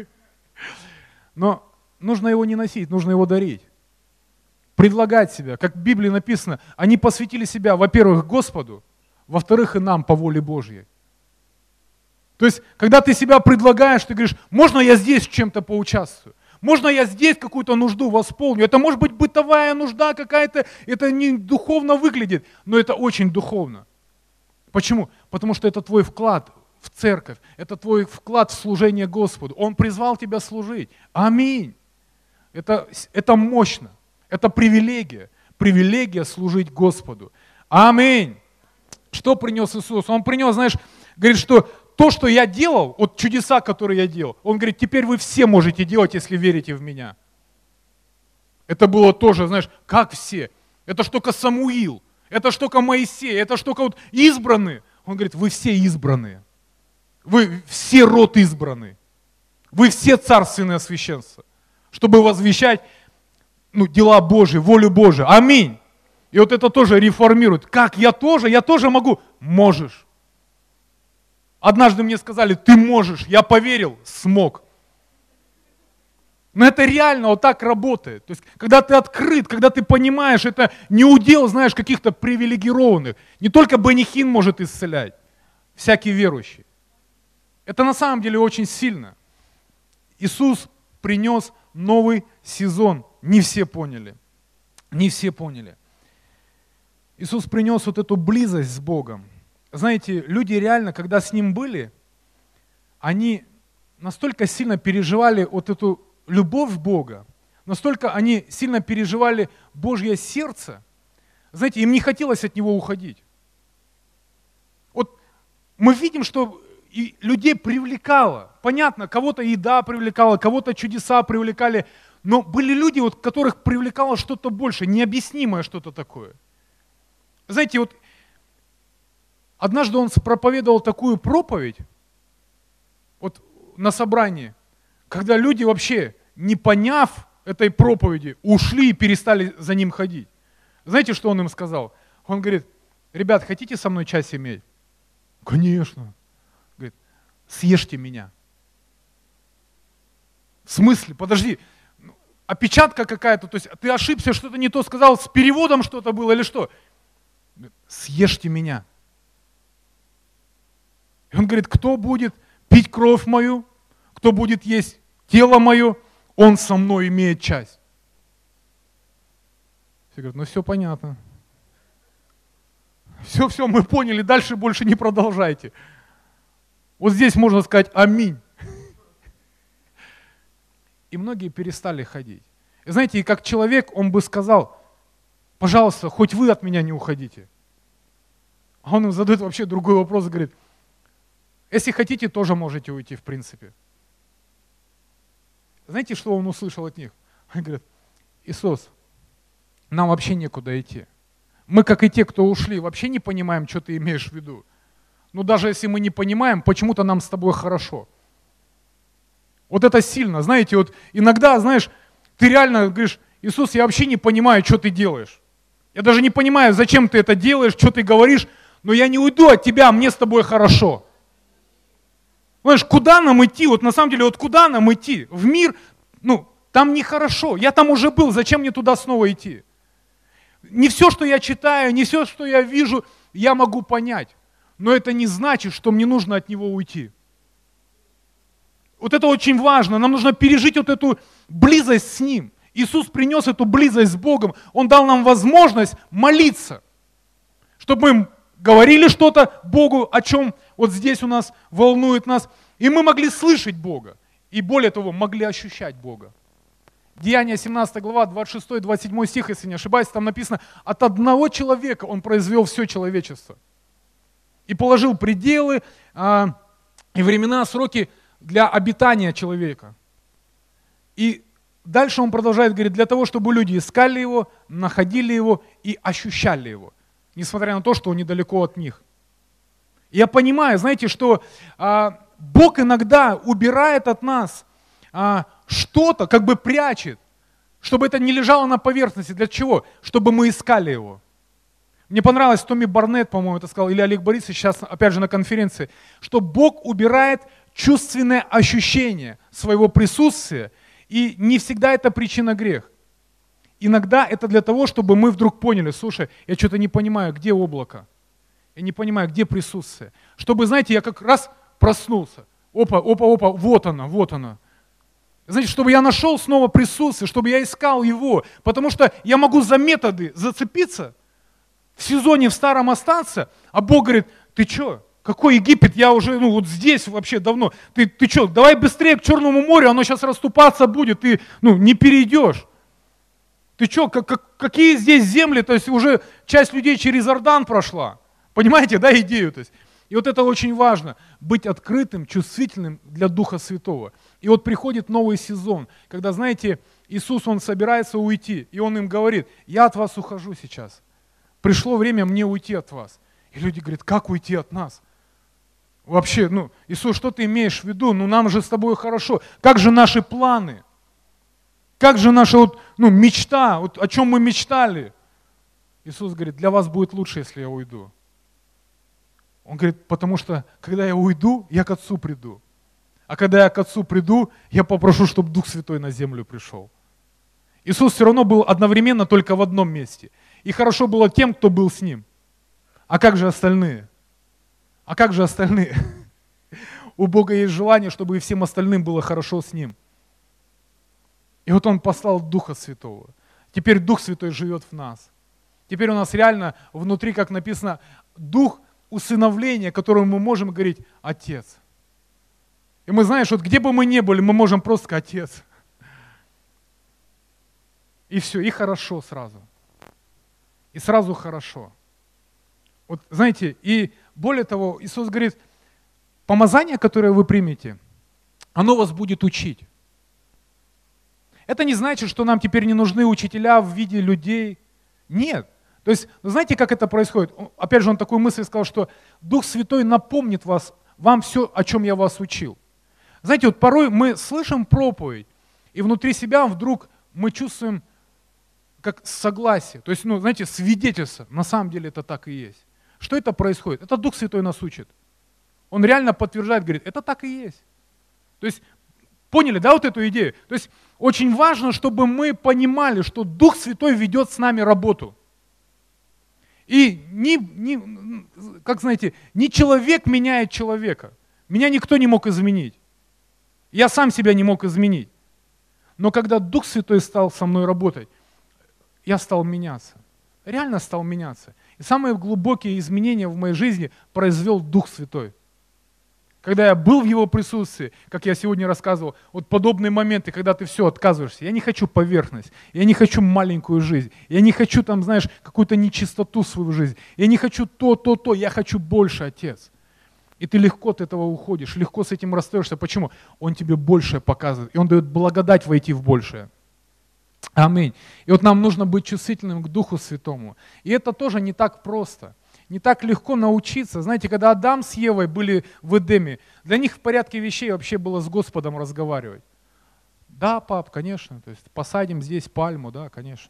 Но нужно его не носить, нужно его дарить. Предлагать себя. Как в Библии написано, они посвятили себя, во-первых, Господу, во-вторых, и нам по воле Божьей. То есть, когда ты себя предлагаешь, ты говоришь, можно я здесь в чем-то поучаствую? Можно я здесь какую-то нужду восполню? Это может быть бытовая нужда какая-то, это не духовно выглядит, но это очень духовно. Почему? Потому что это твой вклад в церковь, это твой вклад в служение Господу. Он призвал тебя служить. Аминь. Это мощно. Это привилегия. Привилегия служить Господу. Аминь. Что принес Иисус? Он принес, знаешь, говорит, что то, что я делал, вот чудеса, которые я делал, он говорит, теперь вы все можете делать, если верите в меня. Это было тоже, знаешь, как все. Это ж только Самуил, это ж только Моисей, это ж только вот избранные. Он говорит, вы все избранные. Вы все род избранный. Вы все царственное священство, чтобы возвещать дела Божьи, волю Божию. Аминь. И вот это тоже реформирует. Как? Я тоже могу? Можешь. Однажды мне сказали, ты можешь. Я поверил, смог. Но это реально вот так работает. То есть, когда ты открыт, когда ты понимаешь, это не удел, знаешь, каких-то привилегированных. Не только Бенни Хинн может исцелять, всякий верующий. Это на самом деле очень сильно. Иисус принес новый сезон. Не все поняли. Не все поняли. Иисус принес вот эту близость с Богом. Знаете, люди реально, когда с Ним были, они настолько сильно переживали вот эту любовь Бога, настолько они сильно переживали Божье сердце, знаете, им не хотелось от Него уходить. Вот мы видим, что и людей привлекало. Понятно, кого-то еда привлекала, кого-то чудеса привлекали, но были люди, вот, которых привлекало что-то больше, необъяснимое что-то такое. Знаете, вот однажды он проповедовал такую проповедь, вот на собрании, когда люди вообще, не поняв этой проповеди, ушли и перестали за ним ходить. Знаете, что он им сказал? Он говорит, ребят, хотите со мной часть иметь? Конечно. Говорит, съешьте меня. В смысле? Подожди, опечатка какая-то, то есть ты ошибся, что-то не то сказал, с переводом что-то было или что? Съешьте меня. И он говорит, кто будет пить кровь мою, кто будет есть тело мое, он со мной имеет часть. Все говорят, все понятно. Все, мы поняли, дальше больше не продолжайте. Вот здесь можно сказать аминь. И многие перестали ходить. И знаете, и как человек, он бы сказал, пожалуйста, хоть вы от меня не уходите. А он им задает вообще другой вопрос, говорит, если хотите, тоже можете уйти, в принципе. Знаете, что он услышал от них? Он говорит, Иисус, нам вообще некуда идти. Мы, как и те, кто ушли, вообще не понимаем, что ты имеешь в виду. но даже если мы не понимаем, почему-то нам с тобой хорошо. Вот это сильно, знаете, вот иногда, знаешь, ты реально говоришь: Иисус, я вообще не понимаю, что ты делаешь. Я даже не понимаю, зачем ты это делаешь, что ты говоришь, но я не уйду от тебя, мне с тобой хорошо. Знаешь, куда нам идти? Вот на самом деле, вот куда нам идти? В мир, там нехорошо. Я там уже был, зачем мне туда снова идти? Не все, что я читаю, не все, что я вижу, я могу понять. Но это не значит, что мне нужно от него уйти. Вот это очень важно. Нам нужно пережить вот эту близость с ним. Иисус принес эту близость с Богом. Он дал нам возможность молиться, чтобы мы говорили что-то Богу, о чем вот здесь у нас волнует нас. И мы могли слышать Бога. И более того, могли ощущать Бога. Деяния 17 глава, 26-27 стих, если не ошибаюсь, там написано: от одного человека он произвел все человечество. И положил пределы и времена, сроки для обитания человека. И дальше он продолжает говорить: для того, чтобы люди искали его, находили его и ощущали его, несмотря на то, что он недалеко от них. Я понимаю, знаете, что Бог иногда убирает от нас что-то, как бы прячет, чтобы это не лежало на поверхности. Для чего? Чтобы мы искали его. Мне понравилось, Томми Барнетт, по-моему, это сказал, или Олег Борисович, сейчас опять же на конференции, что Бог убирает чувственное ощущение своего присутствия, и не всегда это причина греха. Иногда это для того, чтобы мы вдруг поняли: слушай, я что-то не понимаю, где облако, я не понимаю, где присутствие. Чтобы, знаете, я как раз проснулся, опа, вот оно. Знаете, чтобы я нашел снова присутствие, чтобы я искал его, потому что я могу за методы зацепиться, в сезоне в старом остаться, а Бог говорит: ты что? Какой Египет? Я уже вот здесь вообще давно. Ты что? Давай быстрее к Черному морю, оно сейчас расступаться будет, ты не перейдешь. Ты что? Какие здесь земли? То есть уже часть людей через Иордан прошла. Понимаете, да, идею? То есть. И вот это очень важно, быть открытым, чувствительным для Духа Святого. И вот приходит новый сезон, когда, знаете, Иисус, Он собирается уйти, и Он им говорит: я от вас ухожу сейчас. Пришло время мне уйти от вас. И люди говорят: как уйти от нас? Вообще, Иисус, что ты имеешь в виду? Нам же с тобой хорошо. Как же наши планы? Как же наша мечта? О чем мы мечтали? Иисус говорит: для вас будет лучше, если я уйду. Он говорит: потому что, когда я уйду, я к Отцу приду. А когда я к Отцу приду, я попрошу, чтобы Дух Святой на землю пришел. Иисус все равно был одновременно только в одном месте. И хорошо было тем, кто был с Ним. А как же остальные? У Бога есть желание, чтобы и всем остальным было хорошо с Ним. И вот Он послал Духа Святого. Теперь Дух Святой живет в нас. Теперь у нас реально внутри, как написано, Дух усыновления, которому мы можем говорить: Отец. И мы, знаешь, вот где бы мы ни были, мы можем просто сказать: Отец. И все, и хорошо сразу. И сразу хорошо. Вот знаете, и более того, Иисус говорит: помазание, которое вы примете, оно вас будет учить. Это не значит, что нам теперь не нужны учителя в виде людей. Нет. То есть, знаете, как это происходит? Опять же, он такую мысль сказал, что Дух Святой напомнит вам все, о чем я вас учил. Знаете, вот порой мы слышим проповедь, и внутри себя вдруг мы чувствуем как согласие. То есть, знаете, свидетельство. На самом деле это так и есть. Что это происходит? Это Дух Святой нас учит. Он реально подтверждает, говорит: это так и есть. То есть, поняли, да, вот эту идею? То есть, очень важно, чтобы мы понимали, что Дух Святой ведет с нами работу. И как знаете, не человек меняет человека. Меня никто не мог изменить. Я сам себя не мог изменить. Но когда Дух Святой стал со мной работать, я стал меняться. Реально стал меняться. И самые глубокие изменения в моей жизни произвел Дух Святой. Когда я был в Его присутствии, как я сегодня рассказывал, вот подобные моменты, когда ты все отказываешься. Я не хочу поверхность, я не хочу маленькую жизнь, я не хочу там, знаешь, какую-то нечистоту в свою жизнь, я не хочу то, я хочу больше, Отец. И ты легко от этого уходишь, легко с этим расстаешься. Почему? Он тебе большее показывает, и Он дает благодать войти в большее. Аминь. И вот нам нужно быть чувствительным к Духу Святому. И это тоже не так просто. не так легко научиться. Знаете, когда Адам с Евой были в Эдеме, для них в порядке вещей вообще было с Господом разговаривать. Да, пап, конечно, то есть посадим здесь пальму, да, конечно.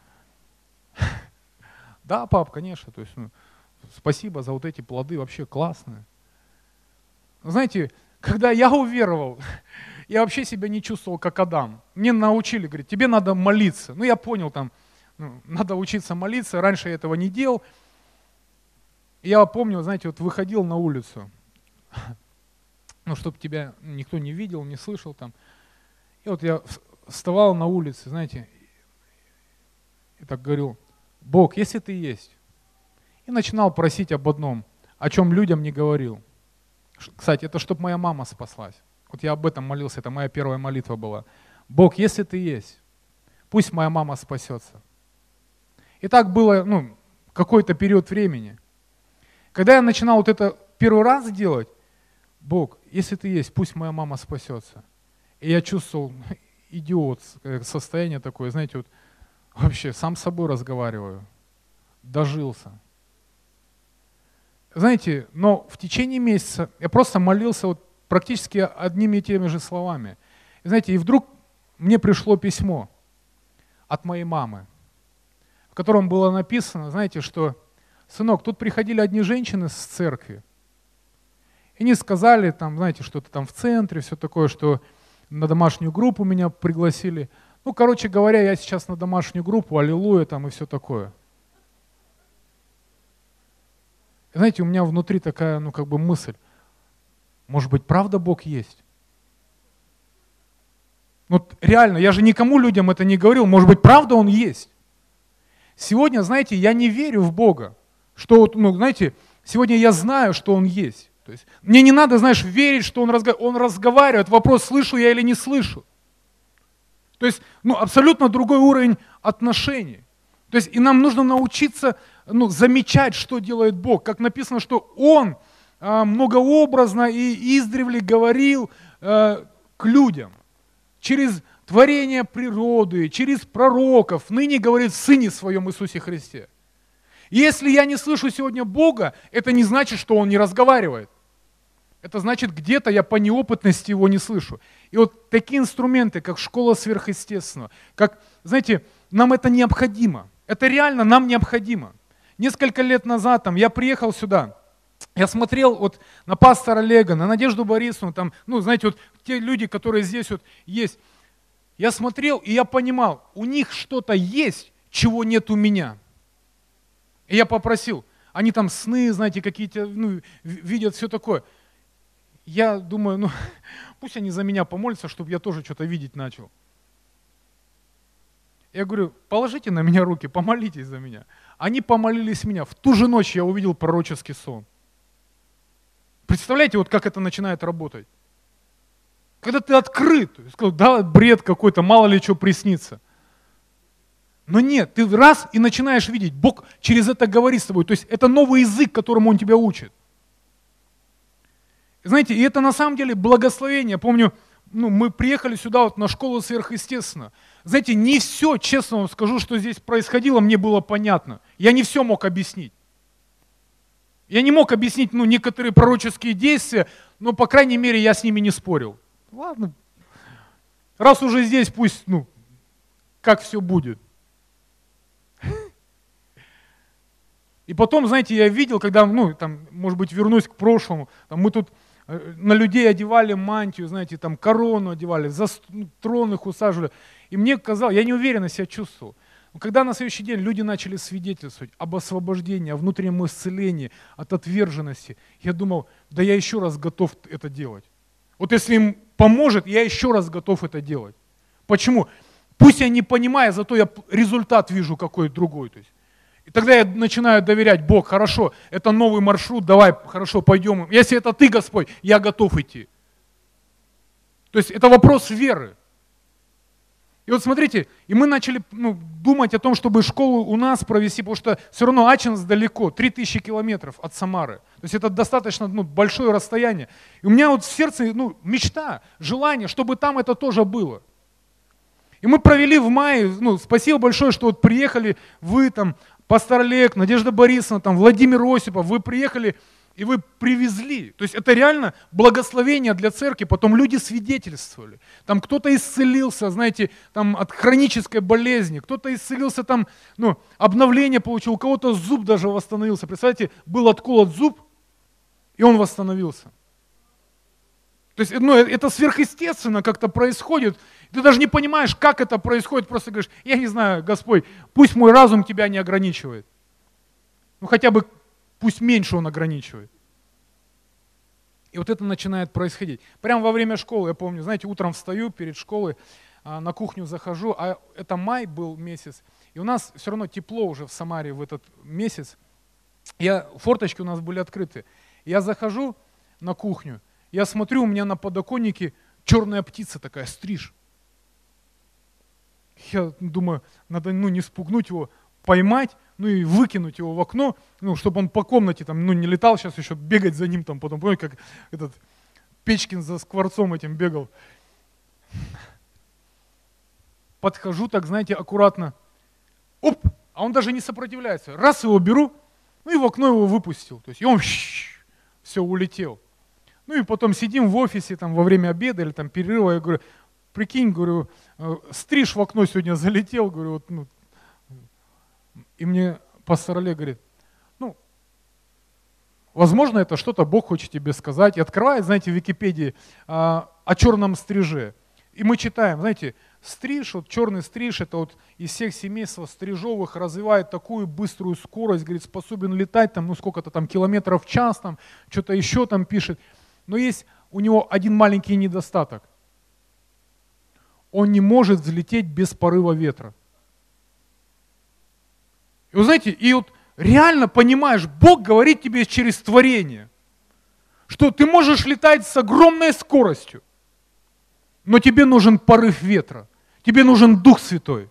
Да, пап, конечно, то есть спасибо за вот эти плоды, вообще классные. Знаете, когда я уверовал, я вообще себя не чувствовал как Адам. Мне научили, говорят, тебе надо молиться. Я понял, надо учиться молиться, раньше я этого не делал. Я помню, знаете, вот выходил на улицу, чтобы тебя никто не видел, не слышал там. И вот я вставал на улице, знаете, и так говорил: Бог, если ты есть. И начинал просить об одном, о чем людям не говорил. Кстати, это чтобы моя мама спаслась. Вот я об этом молился, это моя первая молитва была. Бог, если ты есть, пусть моя мама спасется. И так было, какой-то период времени. Когда я начинал вот это первый раз делать, Бог, если ты есть, пусть моя мама спасется. И я чувствовал идиот, состояние такое, знаете, вот вообще сам с собой разговариваю. Дожился. Знаете, но в течение месяца я просто молился вот практически одними и теми же словами. И знаете, и вдруг мне пришло письмо от моей мамы, в котором было написано, знаете, что: сынок, тут приходили одни женщины с церкви, и они сказали, там, знаете, что-то там в центре, все такое, что на домашнюю группу меня пригласили. Короче говоря, я сейчас на домашнюю группу, аллилуйя, там и все такое. И знаете, у меня внутри такая, мысль, может быть, правда Бог есть? Реально, я же никому людям это не говорил, может быть, правда Он есть? Сегодня, знаете, я не верю в Бога, что, знаете, сегодня я знаю, что Он есть. То есть мне не надо, знаешь, верить, что Он разговаривает, вопрос, слышу я или не слышу. То есть, абсолютно другой уровень отношений. То есть, и нам нужно научиться, замечать, что делает Бог. Как написано, что Он многообразно и издревле говорил к людям через творение природы, через пророков, ныне говорит в Сыне Своем Иисусе Христе. Если я не слышу сегодня Бога, это не значит, что Он не разговаривает. Это значит, где-то я по неопытности Его не слышу. И вот такие инструменты, как школа сверхъестественного, как, знаете, нам это необходимо. Это реально нам необходимо. Несколько лет назад я приехал сюда, я смотрел вот на пастора Олега, на Надежду Борисовну, знаете, вот те люди, которые здесь вот есть. Я смотрел, и я понимал, у них что-то есть, чего нет у меня. И я попросил, они там сны, знаете, какие-то, видят все такое. Я думаю, пусть они за меня помолятся, чтобы я тоже что-то видеть начал. Я говорю, положите на меня руки, помолитесь за меня. Они помолились меня. В ту же ночь я увидел пророческий сон. Представляете, вот как это начинает работать? Когда ты открыт, сказал, да, бред какой-то, мало ли что приснится. Но нет, ты раз и начинаешь видеть, Бог через это говорит с тобой. То есть это новый язык, которому Он тебя учит. Знаете, и это на самом деле благословение. Помню, мы приехали сюда вот на школу сверхъестественного. Знаете, не все, честно вам скажу, что здесь происходило, мне было понятно. Я не все мог объяснить. Я не мог объяснить, некоторые пророческие действия, но, по крайней мере, я с ними не спорил. Ладно, раз уже здесь, пусть, как все будет. И потом, знаете, я видел, когда, может быть, вернусь к прошлому, мы тут на людей одевали мантию, знаете, корону одевали, за трон их усаживали. И мне казалось, я неуверенно себя чувствовал. Но когда на следующий день люди начали свидетельствовать об освобождении, о внутреннем исцелении, от отверженности, я думал, да я еще раз готов это делать. Вот если им поможет, я еще раз готов это делать. Почему? Пусть я не понимаю, зато я результат вижу какой-то другой. То есть. И тогда я начинаю доверять, Бог, хорошо, это новый маршрут, давай, хорошо, пойдем. Если это Ты, Господь, я готов идти. То есть это вопрос веры. И вот смотрите, и мы начали думать о том, чтобы школу у нас провести, потому что все равно Ачинск далеко, 3000 километров от Самары. То есть это достаточно большое расстояние. И у меня вот в сердце мечта, желание, чтобы там это тоже было. И мы провели в мае, спасибо большое, что вот приехали вы там, пастор Олег, Надежда Борисовна, там, Владимир Осипов, вы приехали и вы привезли. То есть это реально благословение для церкви. Потом люди свидетельствовали. Там кто-то исцелился, знаете, там от хронической болезни, кто-то исцелился, там, ну, обновление получил, у кого-то зуб даже восстановился. Представляете, был отколот зуб, и он восстановился. То есть, ну, это сверхъестественно как-то происходит. Ты даже не понимаешь, как это происходит. Просто говоришь, я не знаю, Господь, пусть мой разум тебя не ограничивает. Ну, хотя бы пусть меньше он ограничивает. И вот это начинает происходить. Прямо во время школы, я помню, знаете, утром встаю перед школой, на кухню захожу, а это май был месяц, и у нас все равно тепло уже в Самаре в этот месяц. Форточки у нас были открыты. Я захожу на кухню, я смотрю, у меня на подоконнике черная птица такая, стриж. Я думаю, надо не спугнуть его, поймать, и выкинуть его в окно, чтобы он по комнате там, не летал, сейчас еще бегать за ним, там, потом, помните, как этот Печкин за скворцом этим бегал. Подхожу так, знаете, аккуратно, оп, а он даже не сопротивляется. Раз его беру, и в окно его выпустил, то есть и он все улетел. И потом сидим в офисе там, во время обеда или там перерыва, я говорю, прикинь, говорю, стриж в окно сегодня залетел, говорю, и мне пастор Олег говорит, возможно, это что-то Бог хочет тебе сказать. И открывает, знаете, в Википедии о черном стриже. И мы читаем, знаете, стриж, черный стриж, это из всех семейств стрижовых развивает такую быструю скорость, говорит, способен летать там, сколько-то там километров в час, там, что-то еще там пишет. Но есть у него один маленький недостаток. Он не может взлететь без порыва ветра. И вы знаете, реально понимаешь, Бог говорит тебе через творение, что ты можешь летать с огромной скоростью, но тебе нужен порыв ветра, тебе нужен Дух Святой.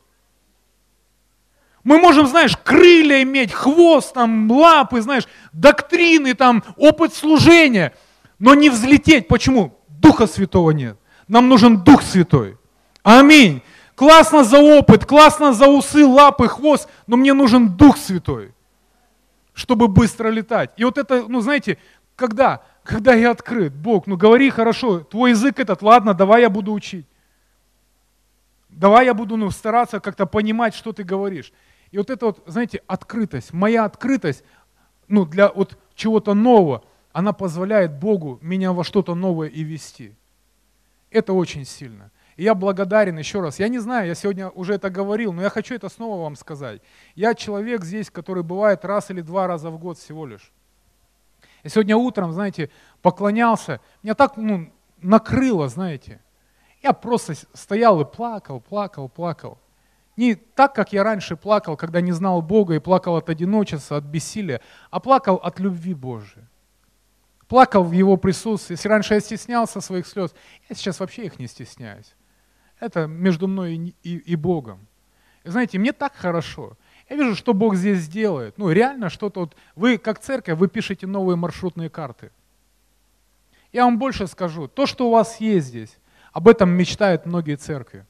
Мы можем, знаешь, крылья иметь, хвост, там, лапы, знаешь, доктрины, там, опыт служения, но не взлететь. Почему? Духа Святого нет. Нам нужен Дух Святой. Аминь. Классно за опыт, классно за усы, лапы, хвост, но мне нужен Дух Святой, чтобы быстро летать. И это, знаете, когда я открыт, Бог, говори хорошо, твой язык этот, ладно, давай я буду учить. Давай я буду стараться как-то понимать, что ты говоришь. И это знаете, открытость, моя открытость, для чего-то нового, она позволяет Богу меня во что-то новое и вести. Это очень сильно. И я благодарен еще раз. Я не знаю, я сегодня уже это говорил, но я хочу это снова вам сказать. Я человек здесь, который бывает раз или два раза в год всего лишь. Я сегодня утром, знаете, поклонялся, меня так накрыло, знаете. Я просто стоял и плакал. Не так, как я раньше плакал, когда не знал Бога и плакал от одиночества, от бессилия, а плакал от любви Божией. Плакал в Его присутствии. Если раньше я стеснялся своих слез, я сейчас вообще их не стесняюсь. Это между мной и Богом. И знаете, мне так хорошо. Я вижу, что Бог здесь делает. Реально что-то. Вы, как церковь, вы пишете новые маршрутные карты. Я вам больше скажу. То, что у вас есть здесь, об этом мечтают многие церкви.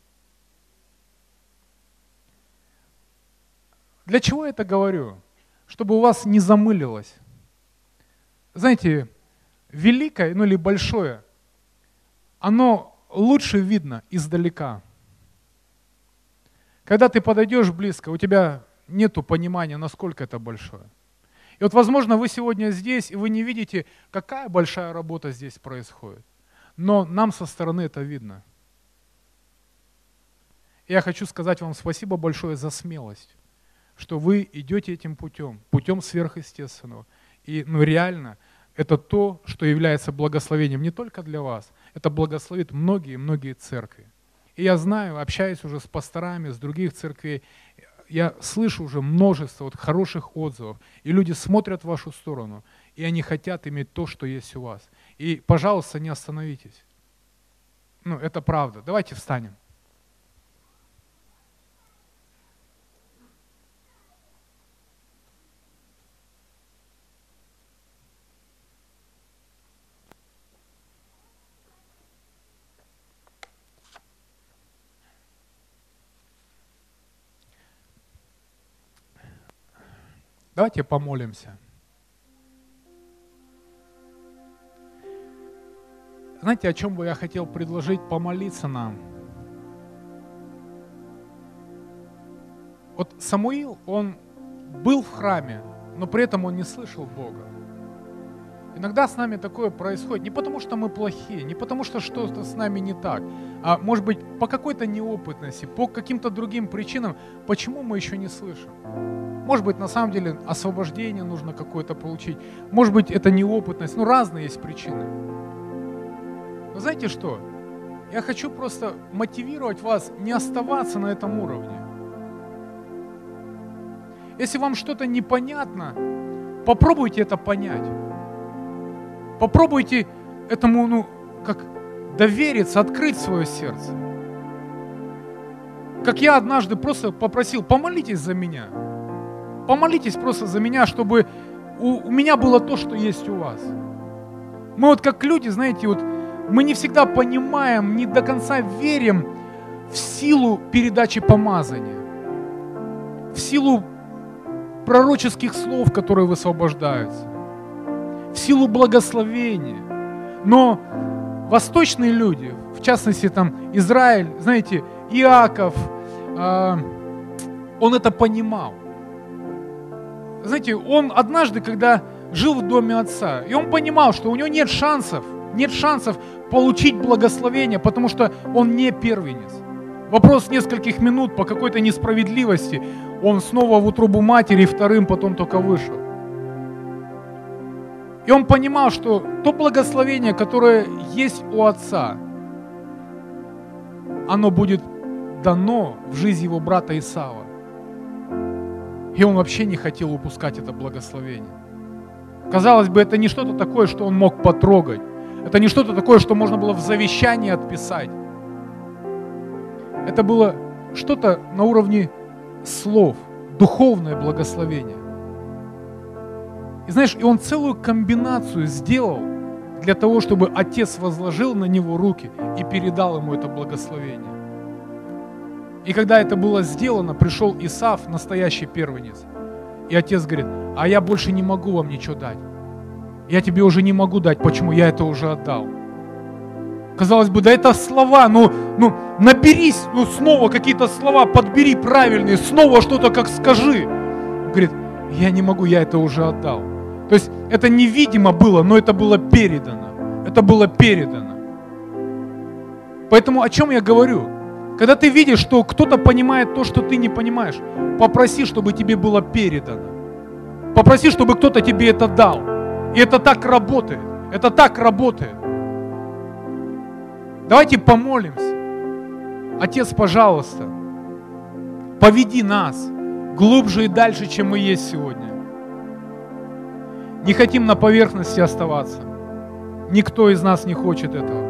Для чего я это говорю? Чтобы у вас не замылилось. Знаете, великое, или большое, оно лучше видно издалека. Когда ты подойдешь близко, у тебя нету понимания, насколько это большое. И возможно, вы сегодня здесь, и вы не видите, какая большая работа здесь происходит. Но нам со стороны это видно. И я хочу сказать вам спасибо большое за смелость, что вы идете этим путем сверхъестественного. И реально, это то, что является благословением не только для вас, это благословит многие церкви. И я знаю, общаюсь уже с пасторами, с других церквей, я слышу уже множество хороших отзывов, и люди смотрят в вашу сторону, и они хотят иметь то, что есть у вас. И, пожалуйста, не остановитесь. Это правда. Давайте встанем. Давайте помолимся. Знаете, о чем бы я хотел предложить помолиться нам? Вот Самуил, он был в храме, но при этом он не слышал Бога. Иногда с нами такое происходит не потому, что мы плохие, не потому, что что-то с нами не так, а может быть по какой-то неопытности, по каким-то другим причинам, почему мы еще не слышим. Может быть, на самом деле освобождение нужно какое-то получить, может быть, это неопытность, разные есть причины. Но знаете что? Я хочу просто мотивировать вас не оставаться на этом уровне. Если вам что-то непонятно, попробуйте это понять. Попробуйте этому, довериться, открыть свое сердце. Как я однажды просто попросил, помолитесь за меня. Помолитесь просто за меня, чтобы у меня было то, что есть у вас. Мы вот как люди, знаете, мы не всегда понимаем, не до конца верим в силу передачи помазания, в силу пророческих слов, которые высвобождаются, в силу благословения. Но восточные люди, в частности Израиль, знаете, Иаков, он это понимал. Знаете, он однажды, когда жил в доме отца, и он понимал, что у него нет шансов получить благословение, потому что он не первенец. Вопрос нескольких минут по какой-то несправедливости, он снова в утробу матери, вторым потом только вышел. И он понимал, что то благословение, которое есть у отца, оно будет дано в жизнь его брата Исава. И он вообще не хотел упускать это благословение. Казалось бы, это не что-то такое, что он мог потрогать. Это не что-то такое, что можно было в завещании отписать. Это было что-то на уровне слов, духовное благословение. И знаешь, и он целую комбинацию сделал для того, чтобы отец возложил на него руки и передал ему это благословение. И когда это было сделано, пришел Исав, настоящий первенец. И отец говорит: а я больше не могу вам ничего дать. Я тебе уже не могу дать. Почему? Я это уже отдал. Казалось бы, да это слова, наберись, снова какие-то слова, подбери правильные, снова что-то как скажи. Говорит: я не могу, я это уже отдал. То есть это невидимо было, но это было передано. Это было передано. Поэтому о чем я говорю? Когда ты видишь, что кто-то понимает то, что ты не понимаешь, попроси, чтобы тебе было передано. Попроси, чтобы кто-то тебе это дал. И это так работает. Это так работает. Давайте помолимся. Отец, пожалуйста, поведи нас глубже и дальше, чем мы есть сегодня. Не хотим на поверхности оставаться. Никто из нас не хочет этого.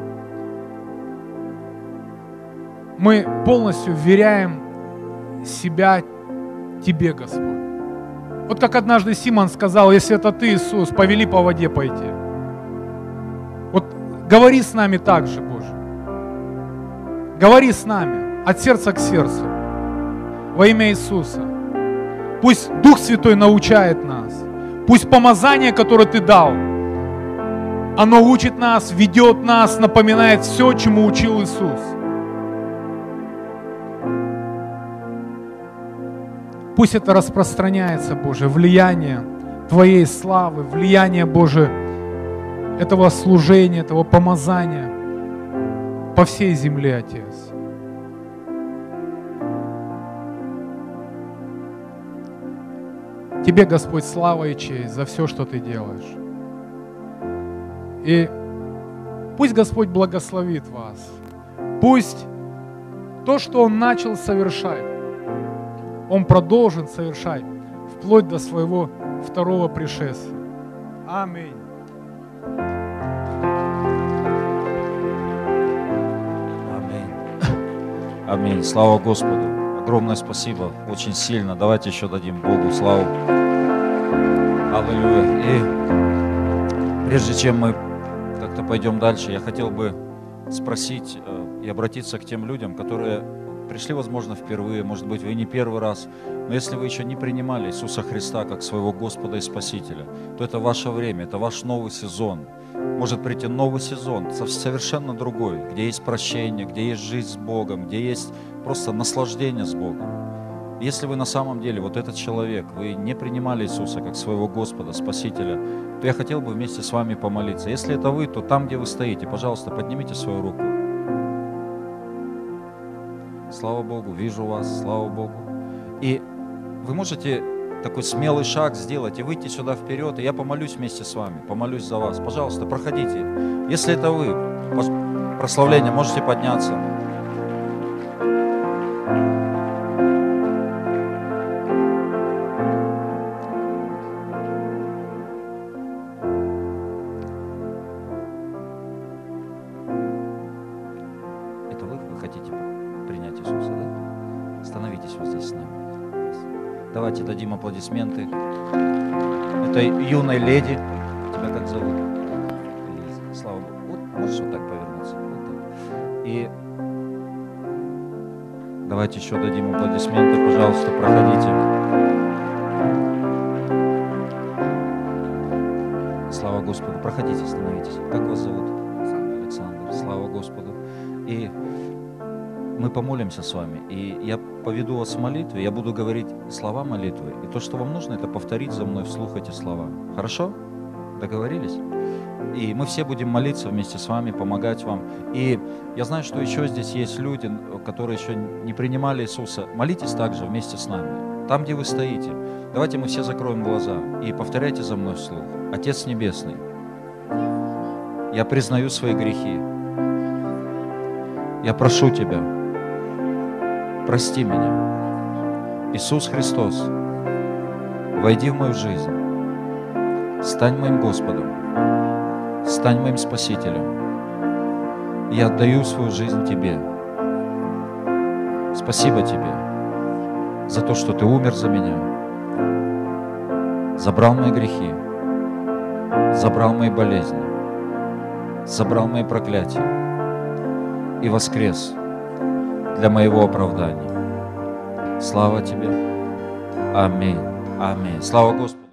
Мы полностью вверяем себя Тебе, Господь. Вот как однажды Симон сказал: если это Ты, Иисус, повели по воде пойти. Вот говори с нами так же, Боже. Говори с нами от сердца к сердцу. Во имя Иисуса. Пусть Дух Святой научает нас. Пусть помазание, которое Ты дал, оно учит нас, ведет нас, напоминает все, чему учил Иисус. Пусть это распространяется, Боже, влияние Твоей славы, влияние, Боже, этого служения, этого помазания по всей земле, Отец. Тебе, Господь, слава и честь за все, что Ты делаешь. И пусть Господь благословит вас. Пусть то, что Он начал совершать, Он продолжит совершать вплоть до своего второго пришествия. Аминь. Аминь. Аминь. Слава Господу. Огромное спасибо. Очень сильно. Давайте еще дадим Богу славу. Аллилуйя. И прежде чем мы как-то пойдем дальше, я хотел бы спросить и обратиться к тем людям, которые пришли, возможно, впервые, может быть, вы не первый раз, но если вы еще не принимали Иисуса Христа как своего Господа и Спасителя, то это ваше время, это ваш новый сезон. Может прийти новый сезон, совершенно другой, где есть прощение, где есть жизнь с Богом, где есть просто наслаждение с Богом. Если вы на самом деле, вот этот человек, вы не принимали Иисуса как своего Господа, Спасителя, то я хотел бы вместе с вами помолиться. Если это вы, то там, где вы стоите, пожалуйста, поднимите свою руку. Слава Богу, вижу вас, слава Богу. И вы можете такой смелый шаг сделать и выйти сюда вперед, и я помолюсь вместе с вами, помолюсь за вас. Пожалуйста, проходите. Если это вы, прославление, можете подняться. Это вы хотите принять Иисуса, да? Становитесь вот здесь с нами. Давайте дадим аплодисменты. Это юной леди. Тебя как зовут? Слава Богу. Вот, можешь вот так повернуться. Вот так. И давайте еще дадим аплодисменты. Пожалуйста, проходите. Слава Господу. Проходите, становитесь. Как вас зовут? Александр. Слава Господу. И мы помолимся с вами, и я поведу вас в молитве, я буду говорить слова молитвы, и то, что вам нужно, это повторить за мной вслух эти слова. Хорошо? Договорились? И мы все будем молиться вместе с вами, помогать вам. И я знаю, что еще здесь есть люди, которые еще не принимали Иисуса. Молитесь также вместе с нами. Там, где вы стоите, давайте мы все закроем глаза и повторяйте за мной вслух. Отец Небесный, я признаю свои грехи. Я прошу Тебя, прости меня. Иисус Христос, войди в мою жизнь, стань моим Господом, стань моим Спасителем. Я отдаю свою жизнь Тебе. Спасибо Тебе за то, что Ты умер за меня, забрал мои грехи, забрал мои болезни, забрал мои проклятия и воскрес для моего оправдания. Слава Тебе. Аминь. Аминь. Слава Господу.